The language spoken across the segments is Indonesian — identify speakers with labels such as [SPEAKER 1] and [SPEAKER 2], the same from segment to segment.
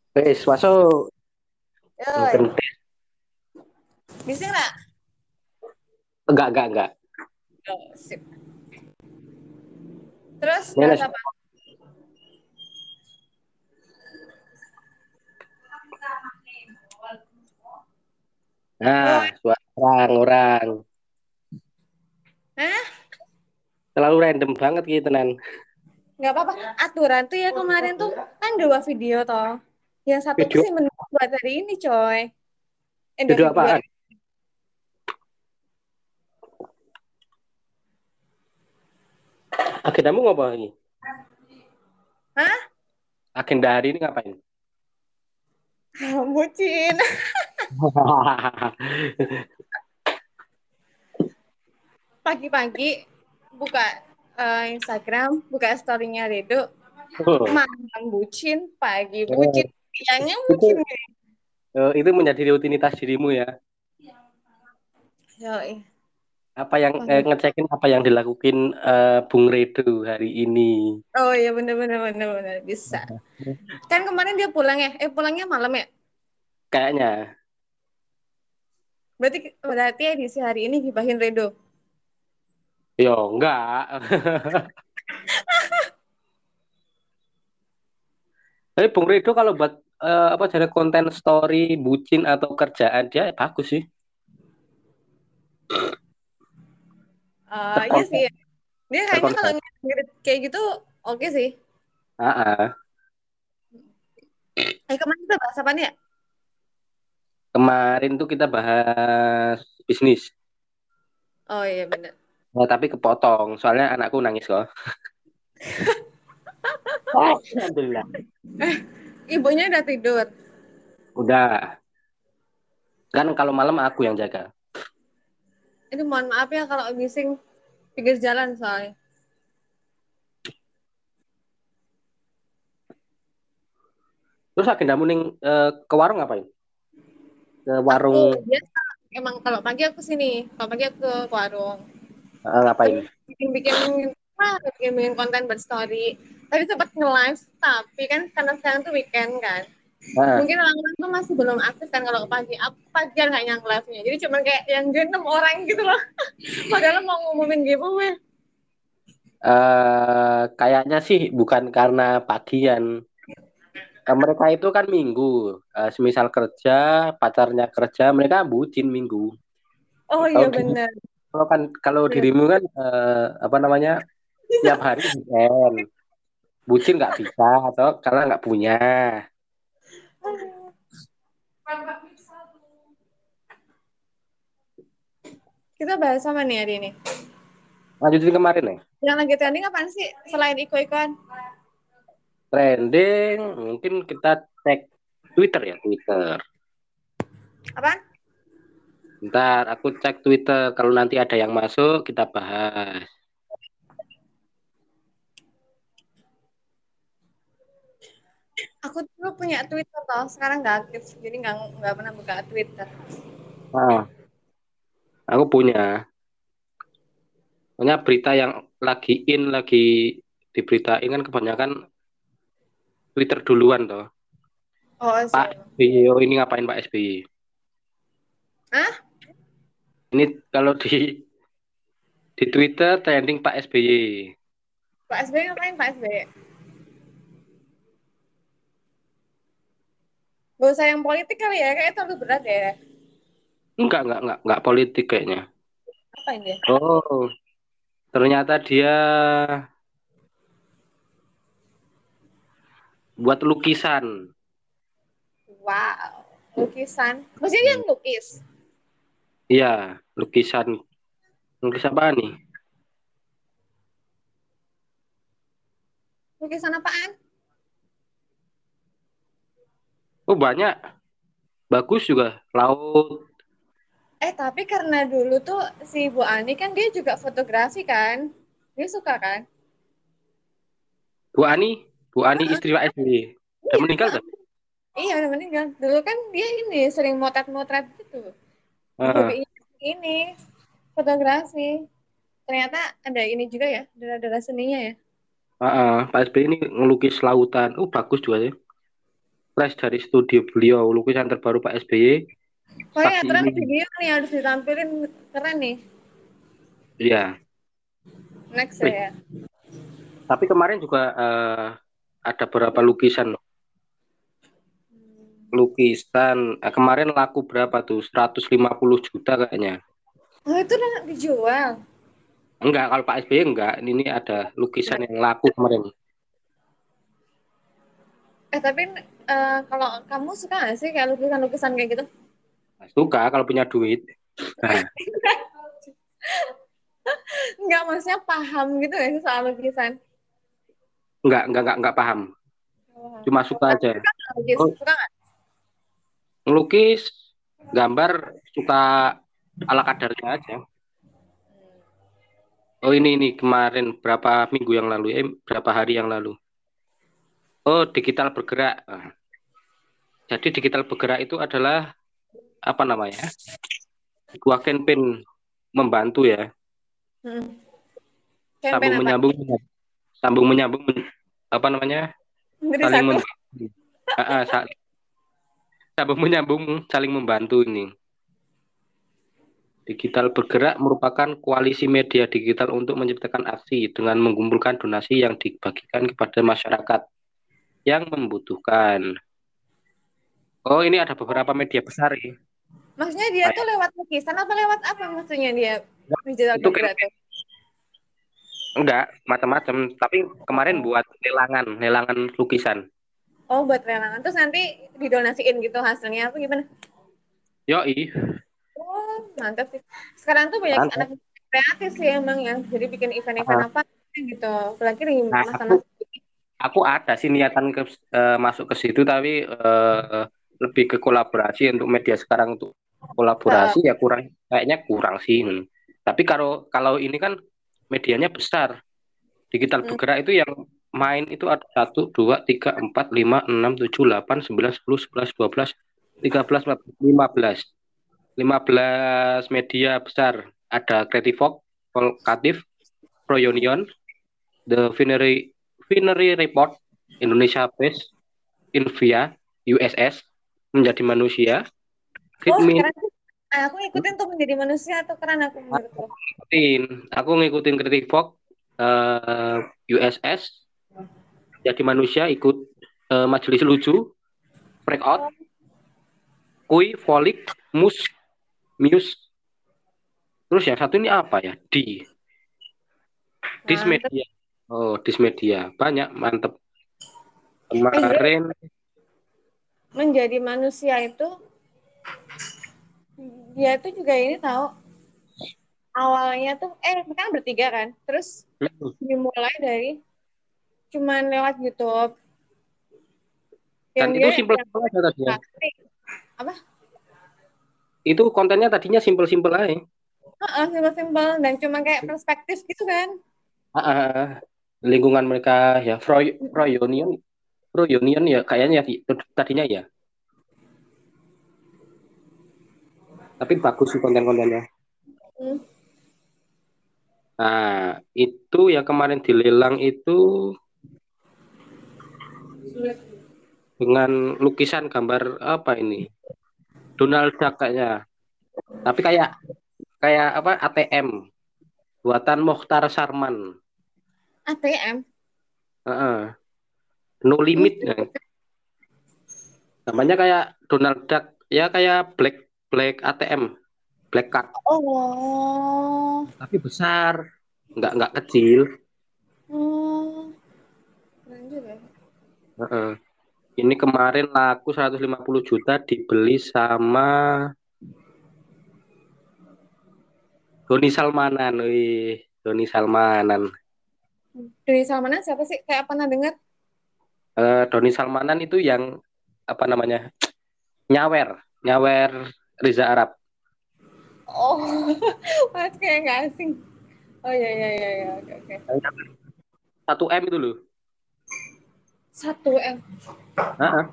[SPEAKER 1] Wes, masuk.
[SPEAKER 2] Yoi,
[SPEAKER 1] Mungkin
[SPEAKER 2] bisa nggak?
[SPEAKER 1] enggak.
[SPEAKER 2] Oh, sip. Terus
[SPEAKER 1] Ini
[SPEAKER 2] bahas
[SPEAKER 1] les.
[SPEAKER 2] apa?
[SPEAKER 1] Nah,
[SPEAKER 2] Oh,
[SPEAKER 1] suara orang.
[SPEAKER 2] hah?
[SPEAKER 1] Terlalu random banget gitu, Nan.
[SPEAKER 2] Nggak apa-apa. Aturan tuh ya kemarin tuh kan dua video toh. Yang satu tuh
[SPEAKER 1] Video,
[SPEAKER 2] sih menurut buat hari ini, coy. Dua
[SPEAKER 1] video
[SPEAKER 2] video dua.
[SPEAKER 1] apaan? Agendamu ngapa ini?
[SPEAKER 2] Hah?
[SPEAKER 1] Agenda hari ini ngapain?
[SPEAKER 2] Bucin. Pagi-pagi buka Instagram, buka story-nya Redo, malam bucin, pagi bucin,
[SPEAKER 1] Oh,
[SPEAKER 2] siangnya
[SPEAKER 1] itu
[SPEAKER 2] bucin.
[SPEAKER 1] itu menjadi rutinitas dirimu ya.
[SPEAKER 2] Yoi.
[SPEAKER 1] Apa yang
[SPEAKER 2] Pagi.
[SPEAKER 1] ngecekin apa yang dilakukan Bung Redo hari ini?
[SPEAKER 2] Oh iya bener bisa. Kan kemarin dia pulang ya? Pulangnya malam ya?
[SPEAKER 1] Kayaknya,
[SPEAKER 2] Berarti berarti edisi hari ini gibahin Redo.
[SPEAKER 1] yo enggak. Tapi Bung Redo kalau buat apa jadi konten story, bucin atau kerjaan dia bagus sih.
[SPEAKER 2] Iya sih.
[SPEAKER 1] Terkonsep,
[SPEAKER 2] Dia kayaknya kalau
[SPEAKER 1] terkonsep.
[SPEAKER 2] ngirit kayak gitu oke sih.
[SPEAKER 1] Ah, ah.
[SPEAKER 2] Kemarin kita bahas apa nih ya?
[SPEAKER 1] Kemarin tuh kita bahas bisnis.
[SPEAKER 2] Oh iya bener.
[SPEAKER 1] Nah, tapi kepotong soalnya anakku nangis kok. Alhamdulillah.
[SPEAKER 2] Ibunya udah tidur.
[SPEAKER 1] Udah. Kan kalau malam aku yang jaga.
[SPEAKER 2] Ini mohon maaf ya kalau bising pinggir jalan soalnya.
[SPEAKER 1] Terus agendamu ning ke warung ngapain? Ke
[SPEAKER 2] Aku
[SPEAKER 1] warung
[SPEAKER 2] biasa emang kalau pagi aku sini, kalau pagi aku ke warung.
[SPEAKER 1] ngapain?
[SPEAKER 2] Terus bikin konten buat story. Tadi sempat nge-live, tapi kan karena sekarang tuh weekend kan.
[SPEAKER 1] Nah,
[SPEAKER 2] Mungkin orang-orang tuh masih belum aktif kan kalau pagi. Aku pagian nggak yang live-nya. Jadi cuma kayak yang join 6 orang gitu loh. Padahal mau ngumumin giveaway.
[SPEAKER 1] kayaknya sih bukan karena pagian. Mereka itu kan minggu. Semisal kerja, pacarnya kerja, mereka bucin minggu.
[SPEAKER 2] Oh
[SPEAKER 1] Kalau
[SPEAKER 2] iya
[SPEAKER 1] di,
[SPEAKER 2] benar.
[SPEAKER 1] kalau
[SPEAKER 2] Benar.
[SPEAKER 1] dirimu kan apa namanya tiap hari weekend. Bucin nggak bisa atau karena nggak punya.
[SPEAKER 2] Kita bahas sama nih hari ini.
[SPEAKER 1] Lanjutin kemarin ya.
[SPEAKER 2] Yang lagi trending apaan sih selain iko-ikoan?
[SPEAKER 1] Trending, mungkin kita cek Twitter ya, Twitter.
[SPEAKER 2] Apaan?
[SPEAKER 1] Ntar aku cek Twitter, kalau nanti ada yang masuk, kita bahas.
[SPEAKER 2] Aku dulu punya Twitter toh, sekarang nggak aktif, jadi nggak pernah buka Twitter.
[SPEAKER 1] Nah, aku punya. Punya berita yang lagi lagi diberitain kan kebanyakan Twitter duluan toh.
[SPEAKER 2] Oh
[SPEAKER 1] Pak
[SPEAKER 2] sih.
[SPEAKER 1] SBY, oh ini ngapain Pak SBY?
[SPEAKER 2] Ah,
[SPEAKER 1] Ini kalau di Twitter trending Pak SBY.
[SPEAKER 2] Pak SBY ngapain Pak SBY? Gak usah yang politik kali ya, kayak terlalu berat ya.
[SPEAKER 1] Enggak politik kayaknya.
[SPEAKER 2] Apa ini?
[SPEAKER 1] Oh, ternyata dia buat lukisan.
[SPEAKER 2] Wow, lukisan. Maksudnya dia lukis.
[SPEAKER 1] Iya, lukisan. Lukis apa nih?
[SPEAKER 2] Lukisan apaan?
[SPEAKER 1] Oh, banyak. Bagus juga. Laut.
[SPEAKER 2] Tapi karena dulu tuh si Bu Ani kan dia juga fotografi kan. Dia suka kan?
[SPEAKER 1] Bu Ani, Bu Ani
[SPEAKER 2] Heeh,
[SPEAKER 1] istri Pak SBY. Udah
[SPEAKER 2] iya,
[SPEAKER 1] meninggal
[SPEAKER 2] heeh.
[SPEAKER 1] tuh?
[SPEAKER 2] Iya udah meninggal. Dulu kan dia ini sering motret-motret gitu.
[SPEAKER 1] Heeh,
[SPEAKER 2] Hobinya ini fotografi. Ternyata ada ini juga ya, darah-darah seninya ya.
[SPEAKER 1] heeh. Pak SBY ini ngelukis lautan. Oh, bagus juga sih. fresh dari studio beliau, lukisan terbaru Pak SBY
[SPEAKER 2] Oh ya,
[SPEAKER 1] pagi
[SPEAKER 2] tren
[SPEAKER 1] ini.
[SPEAKER 2] video nih harus ditampilin, keren nih.
[SPEAKER 1] Iya.
[SPEAKER 2] Next
[SPEAKER 1] Wih,
[SPEAKER 2] ya.
[SPEAKER 1] tapi kemarin juga ada beberapa lukisan. Lukisan kemarin laku berapa tuh? 150 juta kayaknya.
[SPEAKER 2] Oh itu udah dijual.
[SPEAKER 1] Enggak, kalau Pak SBY enggak. Ini ada lukisan yang laku kemarin.
[SPEAKER 2] Tapi kalau kamu suka nggak sih kayak lukisan-lukisan kayak gitu?
[SPEAKER 1] Suka kalau punya duit. Nah,
[SPEAKER 2] Nggak, maksudnya paham gitu nggak sih soal lukisan?
[SPEAKER 1] enggak paham.
[SPEAKER 2] Oh.
[SPEAKER 1] Cuma suka
[SPEAKER 2] Tapi
[SPEAKER 1] aja.
[SPEAKER 2] suka nggak lukis?
[SPEAKER 1] Oh,
[SPEAKER 2] Suka nggak?
[SPEAKER 1] ngelukis, gambar, suka ala kadarnya aja. Oh ini kemarin berapa minggu yang lalu, berapa hari yang lalu. Oh digital bergerak. Nah, jadi digital bergerak itu adalah apa namanya? Sebuah campaign membantu ya,
[SPEAKER 2] Hmm. Campaign
[SPEAKER 1] sambung
[SPEAKER 2] apa?
[SPEAKER 1] menyambung, sambung menyambung, apa namanya?
[SPEAKER 2] Jadi
[SPEAKER 1] Saling
[SPEAKER 2] satu.
[SPEAKER 1] membantu. Sambung menyambung, saling membantu ini. Digital Bergerak merupakan koalisi media digital untuk menciptakan aksi dengan mengumpulkan donasi yang dibagikan kepada masyarakat yang membutuhkan. Oh, ini ada beberapa media besar ya.
[SPEAKER 2] Maksudnya dia tuh
[SPEAKER 1] Kayak
[SPEAKER 2] lewat lukisan apa lewat apa maksudnya dia digital
[SPEAKER 1] itu kan
[SPEAKER 2] bergerak tuh?
[SPEAKER 1] enggak macam-macam, tapi kemarin
[SPEAKER 2] Oh.
[SPEAKER 1] buat lelangan lukisan.
[SPEAKER 2] Oh, buat lelangan. Terus nanti didonasiin gitu hasilnya apa gimana?
[SPEAKER 1] Yoi,
[SPEAKER 2] Oh, mantap sih. Sekarang tuh banyak anak
[SPEAKER 1] mantap.
[SPEAKER 2] kreatif sih emang ya. Jadi bikin event-event
[SPEAKER 1] Ah,
[SPEAKER 2] apa gitu. Apalagi di
[SPEAKER 1] Nah,
[SPEAKER 2] masa-masa
[SPEAKER 1] aku ada sih niatan masuk ke situ, tapi lebih ke kolaborasi untuk media sekarang untuk
[SPEAKER 2] uh,
[SPEAKER 1] kolaborasi ya kayaknya kurang sih. Tapi kalau kalau ini kan medianya besar, digital
[SPEAKER 2] mm,
[SPEAKER 1] bergerak itu yang main itu ada 1, 2, 3, 4, 5, 6, 7, 8, 11, 12, 13, 14, 15, 15 media besar. Ada Creative Volkatif, Prounion, The Vinery Report, Indonesia Base, Invia, USS, Menjadi Manusia,
[SPEAKER 2] oh,
[SPEAKER 1] Fitmin.
[SPEAKER 2] keren sih. Aku ngikutin tuh menjadi manusia tuh keren aku menurutku.
[SPEAKER 1] Aku ngikutin Creative Volk, USS, Jadi Manusia ikut Majelis Lucu, Breakout,
[SPEAKER 2] Oh,
[SPEAKER 1] Kui, Volik, Muse. Terus yang satu ini apa ya?
[SPEAKER 2] mantep.
[SPEAKER 1] Dismedia. Oh, Dismedia. Banyak, mantep.
[SPEAKER 2] Jadi
[SPEAKER 1] Kemarin,
[SPEAKER 2] menjadi manusia itu dia tuh juga ini tahu awalnya tuh mereka kan bertiga kan. Terus dimulai dari cuman lewat YouTube
[SPEAKER 1] dan
[SPEAKER 2] yang
[SPEAKER 1] itu
[SPEAKER 2] dia yang
[SPEAKER 1] simpel-simpel aja tadinya.
[SPEAKER 2] apa?
[SPEAKER 1] Itu kontennya tadinya simpel-simpel aja.
[SPEAKER 2] Simpel-simpel dan cuma kayak perspektif gitu kan.
[SPEAKER 1] Ah, ah, ah. Lingkungan mereka ya, Pro Union ya kayaknya tadinya ya. Tapi bagus sih konten-kontennya.
[SPEAKER 2] Hmm.
[SPEAKER 1] Nah, itu yang kemarin dilelang itu dengan lukisan gambar apa ini? Donald Duck kayaknya. Tapi kayak kayak apa ATM buatan Mokhtar Sarman.
[SPEAKER 2] ATM.
[SPEAKER 1] Heeh. No limit ya. Namanya kayak Donald Duck ya kayak Black Black ATM, Black Card,
[SPEAKER 2] Oh.
[SPEAKER 1] tapi besar, nggak kecil.
[SPEAKER 2] Oh. Keren juga.
[SPEAKER 1] Heeh. Ini kemarin laku 150 juta dibeli sama Doni Salmanan. Wih, Doni Salmanan.
[SPEAKER 2] Dari Salmanan siapa sih? Kayak pernah dengar?
[SPEAKER 1] Doni Salmanan itu yang apa namanya? Nyawer, nyawer Riza Arab.
[SPEAKER 2] Oh, mas kayak nggak asing. Oh iya iya iya iya, oke oke.
[SPEAKER 1] 1 M itu loh.
[SPEAKER 2] 1 M.
[SPEAKER 1] Heeh.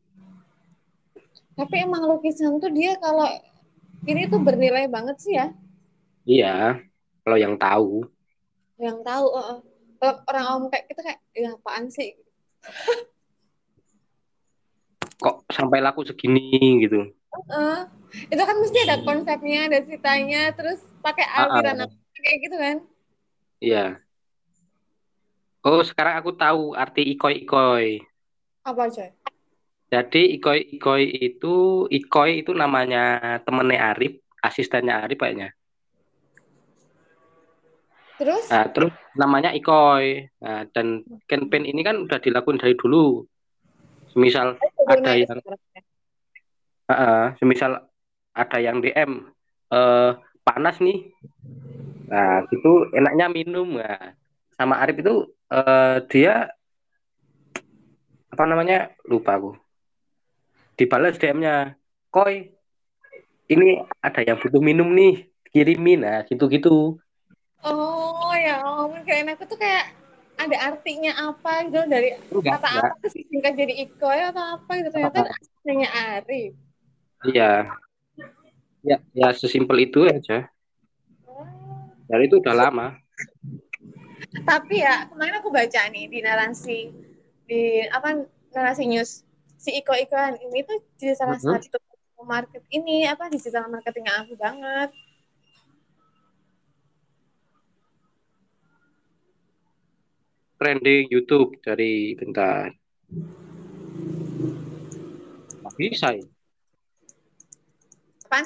[SPEAKER 2] Tapi emang lukisan tuh dia kalau ini tuh bernilai banget sih ya.
[SPEAKER 1] Iya, kalau yang tahu.
[SPEAKER 2] Yang tahu. Kalau orang awam kayak kita kayak, ya apaan sih?
[SPEAKER 1] sampai laku segini gitu.
[SPEAKER 2] Heeh. Itu kan mesti ada konsepnya, ada ceritanya, terus pakai aliran
[SPEAKER 1] Ah,
[SPEAKER 2] apa kayak gitu kan.
[SPEAKER 1] iya. Oh, sekarang aku tahu arti ikoi-ikoi.
[SPEAKER 2] Apa coy?
[SPEAKER 1] Jadi ikoi itu namanya temennya Arif, asistennya Arif kayaknya.
[SPEAKER 2] Terus
[SPEAKER 1] Nah, terus namanya ikoi. Nah, dan campaign ini kan udah dilakukan dari dulu. Semisal
[SPEAKER 2] baru
[SPEAKER 1] ada
[SPEAKER 2] naik
[SPEAKER 1] yang,
[SPEAKER 2] sekarang.
[SPEAKER 1] semisal ada yang DM panas nih. Nah, gitu enaknya minum. Nah, sama Arif itu dia apa namanya? Lupa aku. Dibalas DM-nya. Koi, ini ada yang butuh minum nih, kirimin. Nah, gitu-gitu.
[SPEAKER 2] Oh ya ampun, kirain aku tuh kayak ada artinya apa gitu dari kata
[SPEAKER 1] Enggak.
[SPEAKER 2] apa terus singkat jadi ikoy atau apa gitu, ternyata
[SPEAKER 1] Ah,
[SPEAKER 2] hanya Arif.
[SPEAKER 1] iya, ya, ya sesimpel itu aja. Dan itu udah lama.
[SPEAKER 2] Tapi ya kemarin aku baca nih di narasi, di apa, narasi news, si Iko-Ikoan ini tuh jadi salah
[SPEAKER 1] Mhm.
[SPEAKER 2] satu market ini apa, digital marketing yang aku banget.
[SPEAKER 1] Trending YouTube dari bentar. Nggak bisa ya.
[SPEAKER 2] Apa?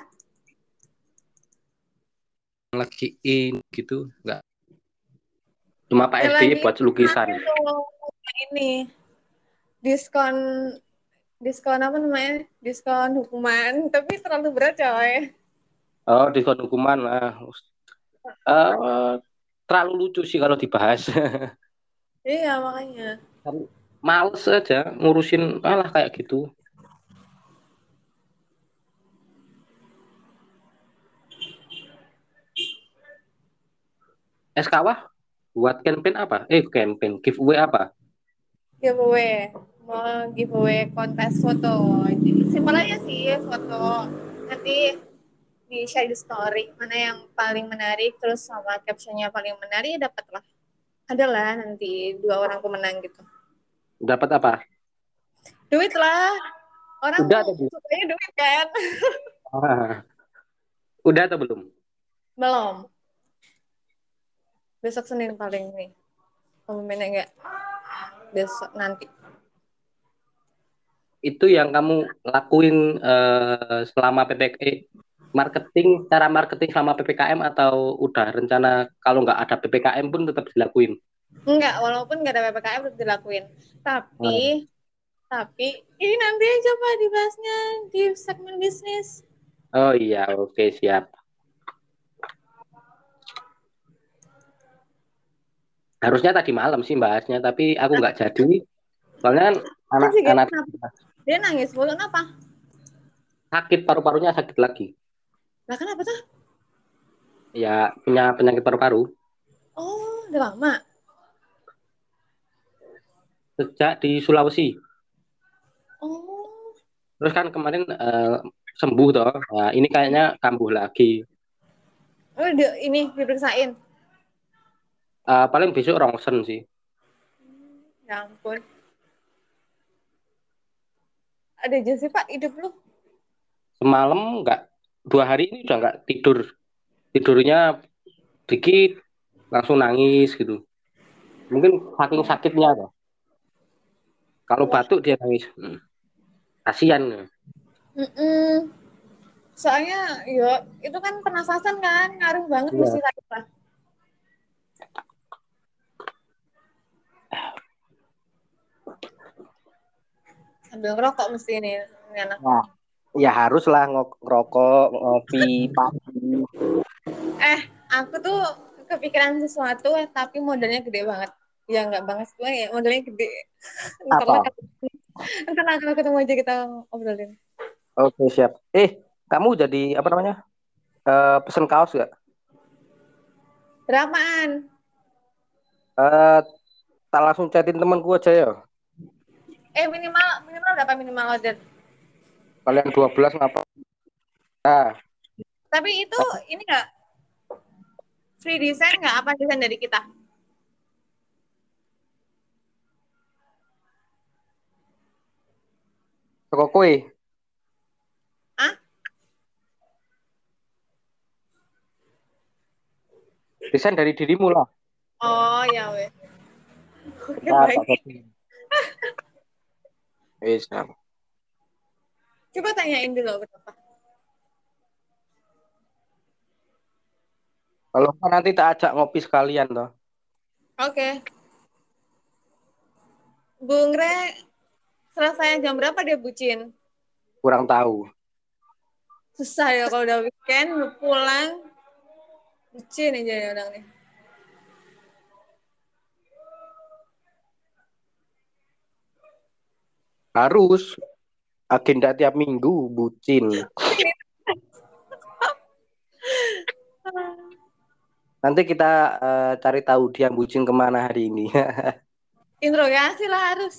[SPEAKER 1] Lagi in gitu. Enggak. Cuma Pak
[SPEAKER 2] Yang
[SPEAKER 1] SBY
[SPEAKER 2] lagi
[SPEAKER 1] buat lukisan.
[SPEAKER 2] tuh ini diskon, diskon apa namanya, diskon hukuman tapi terlalu berat coy.
[SPEAKER 1] Oh, diskon hukuman. Eh, terlalu lucu sih kalau dibahas.
[SPEAKER 2] Iya makanya.
[SPEAKER 1] Kan males aja ngurusin alah kayak gitu. SKW buat campaign apa? Campaign giveaway apa?
[SPEAKER 2] Giveaway, mau giveaway kontes foto, jadi simpel aja sih, foto nanti di share di story mana yang paling menarik, terus sama captionnya paling menarik, ya dapat lah, adalah nanti dua orang pemenang gitu.
[SPEAKER 1] Dapat apa?
[SPEAKER 2] Duit lah, orang
[SPEAKER 1] Udah atau belum?
[SPEAKER 2] sukanya duit kan.
[SPEAKER 1] Ah, udah atau belum?
[SPEAKER 2] Belum, besok Senin paling nih pemimpinnya, enggak besok nanti.
[SPEAKER 1] Itu yang kamu lakuin selama marketing, cara marketing selama PPKM atau udah rencana kalau nggak ada PPKM pun tetap dilakuin?
[SPEAKER 2] Enggak, walaupun enggak ada ppkm harus dilakuin, tapi
[SPEAKER 1] Hmm.
[SPEAKER 2] tapi ini nanti aja Pak dibahasnya di segmen bisnis.
[SPEAKER 1] Oh iya, oke siap. Harusnya tadi malam sih bahasnya, tapi aku nggak jadi. Soalnya kan
[SPEAKER 2] Kan sih
[SPEAKER 1] anak-anak
[SPEAKER 2] kenapa? Dia nangis mulu kenapa?
[SPEAKER 1] sakit paru-parunya sakit lagi.
[SPEAKER 2] Lah kenapa tuh?
[SPEAKER 1] Ya punya penyakit paru-paru.
[SPEAKER 2] Oh, udah lama.
[SPEAKER 1] Sejak di Sulawesi.
[SPEAKER 2] Oh,
[SPEAKER 1] Terus kan kemarin sembuh toh. Nah, ini kayaknya kambuh lagi.
[SPEAKER 2] oh ini diperiksain.
[SPEAKER 1] Paling besok rongsen sih.
[SPEAKER 2] Ya ampun. Ada aja sih Pak hidup lu.
[SPEAKER 1] Semalam nggak, 2 hari ini udah nggak tidur. Tidurnya dikit langsung nangis gitu. Mungkin saking sakitnya toh. Kalau
[SPEAKER 2] Wah,
[SPEAKER 1] batuk dia nangis. Kasihan.
[SPEAKER 2] mm-mm. Soalnya yo itu kan pernafasan kan ngaruh banget mesti
[SPEAKER 1] Iya.
[SPEAKER 2] kita. Sambil ngerokok mesti ini anak.
[SPEAKER 1] Nah, ya haruslah ngerokok, ngopi pagi.
[SPEAKER 2] Eh, aku tuh kepikiran sesuatu tapi modalnya gede banget. Ya nggak banget gue ya, modalnya gede. Ntar lah,
[SPEAKER 1] Apa?
[SPEAKER 2] ntar lah kalau ketemu aja kita obrolin.
[SPEAKER 1] Oke, siap. Kamu jadi apa namanya? Pesen kaos gak?
[SPEAKER 2] Berapaan?
[SPEAKER 1] Eh, tak langsung chatin temanku aja ya.
[SPEAKER 2] Minimal minimal berapa minimal order?
[SPEAKER 1] Kalian 12 ngapa? Nah,
[SPEAKER 2] Tapi itu ini nggak free design nggak, apa desain dari kita?
[SPEAKER 1] Toko kowe.
[SPEAKER 2] Ah?
[SPEAKER 1] Desain dari dirimu lah.
[SPEAKER 2] Oh ya weh. Oke
[SPEAKER 1] Kita
[SPEAKER 2] baik.
[SPEAKER 1] tak jadi. Wis. Nah.
[SPEAKER 2] Coba tanyain dulu berapa.
[SPEAKER 1] Kalau enggak nanti tak ajak ngopi sekalian toh.
[SPEAKER 2] Oke. Bung Re, selesai jam berapa dia bucin?
[SPEAKER 1] Kurang tahu.
[SPEAKER 2] Susah ya kalau udah weekend, udah pulang. Bucin aja ya orang nih.
[SPEAKER 1] Harus agenda tiap minggu bucin. Nanti kita cari tahu dia bucin kemana hari ini.
[SPEAKER 2] Interogasi lah harus.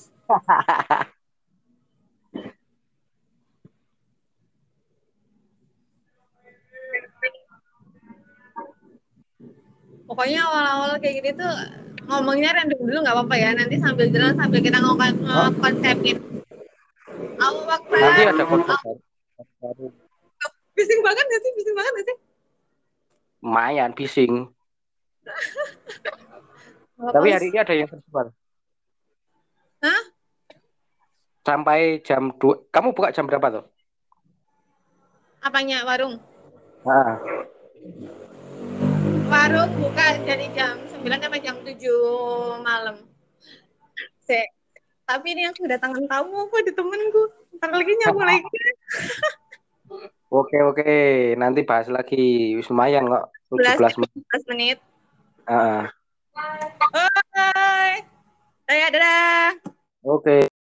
[SPEAKER 2] Pokoknya awal-awal kayak gini tuh ngomongnya random dulu nggak apa-apa ya. Nanti sambil jalan sambil kita
[SPEAKER 1] Oh,
[SPEAKER 2] ngokonsepin. Allah
[SPEAKER 1] nanti
[SPEAKER 2] Akbar.
[SPEAKER 1] ada konsep baru.
[SPEAKER 2] Bising banget gak sih? Bising banget gak sih?
[SPEAKER 1] Lumayan bising. Tapi hari ini ada yang tersebar.
[SPEAKER 2] Hah?
[SPEAKER 1] Sampai jam 2. Kamu buka jam berapa tuh?
[SPEAKER 2] Apanya warung?
[SPEAKER 1] Nah,
[SPEAKER 2] Warung buka dari jam 9 sampai jam 7 malam. Sek. Tapi ini aku kedatangan tamu apa di temenku. Ntar lagi nyabu lagi.
[SPEAKER 1] oke. Nanti bahas lagi. Lumayan kok. 17 menit.
[SPEAKER 2] 11 menit.
[SPEAKER 1] Ah,
[SPEAKER 2] Bye. Dadah, dadah.
[SPEAKER 1] oke.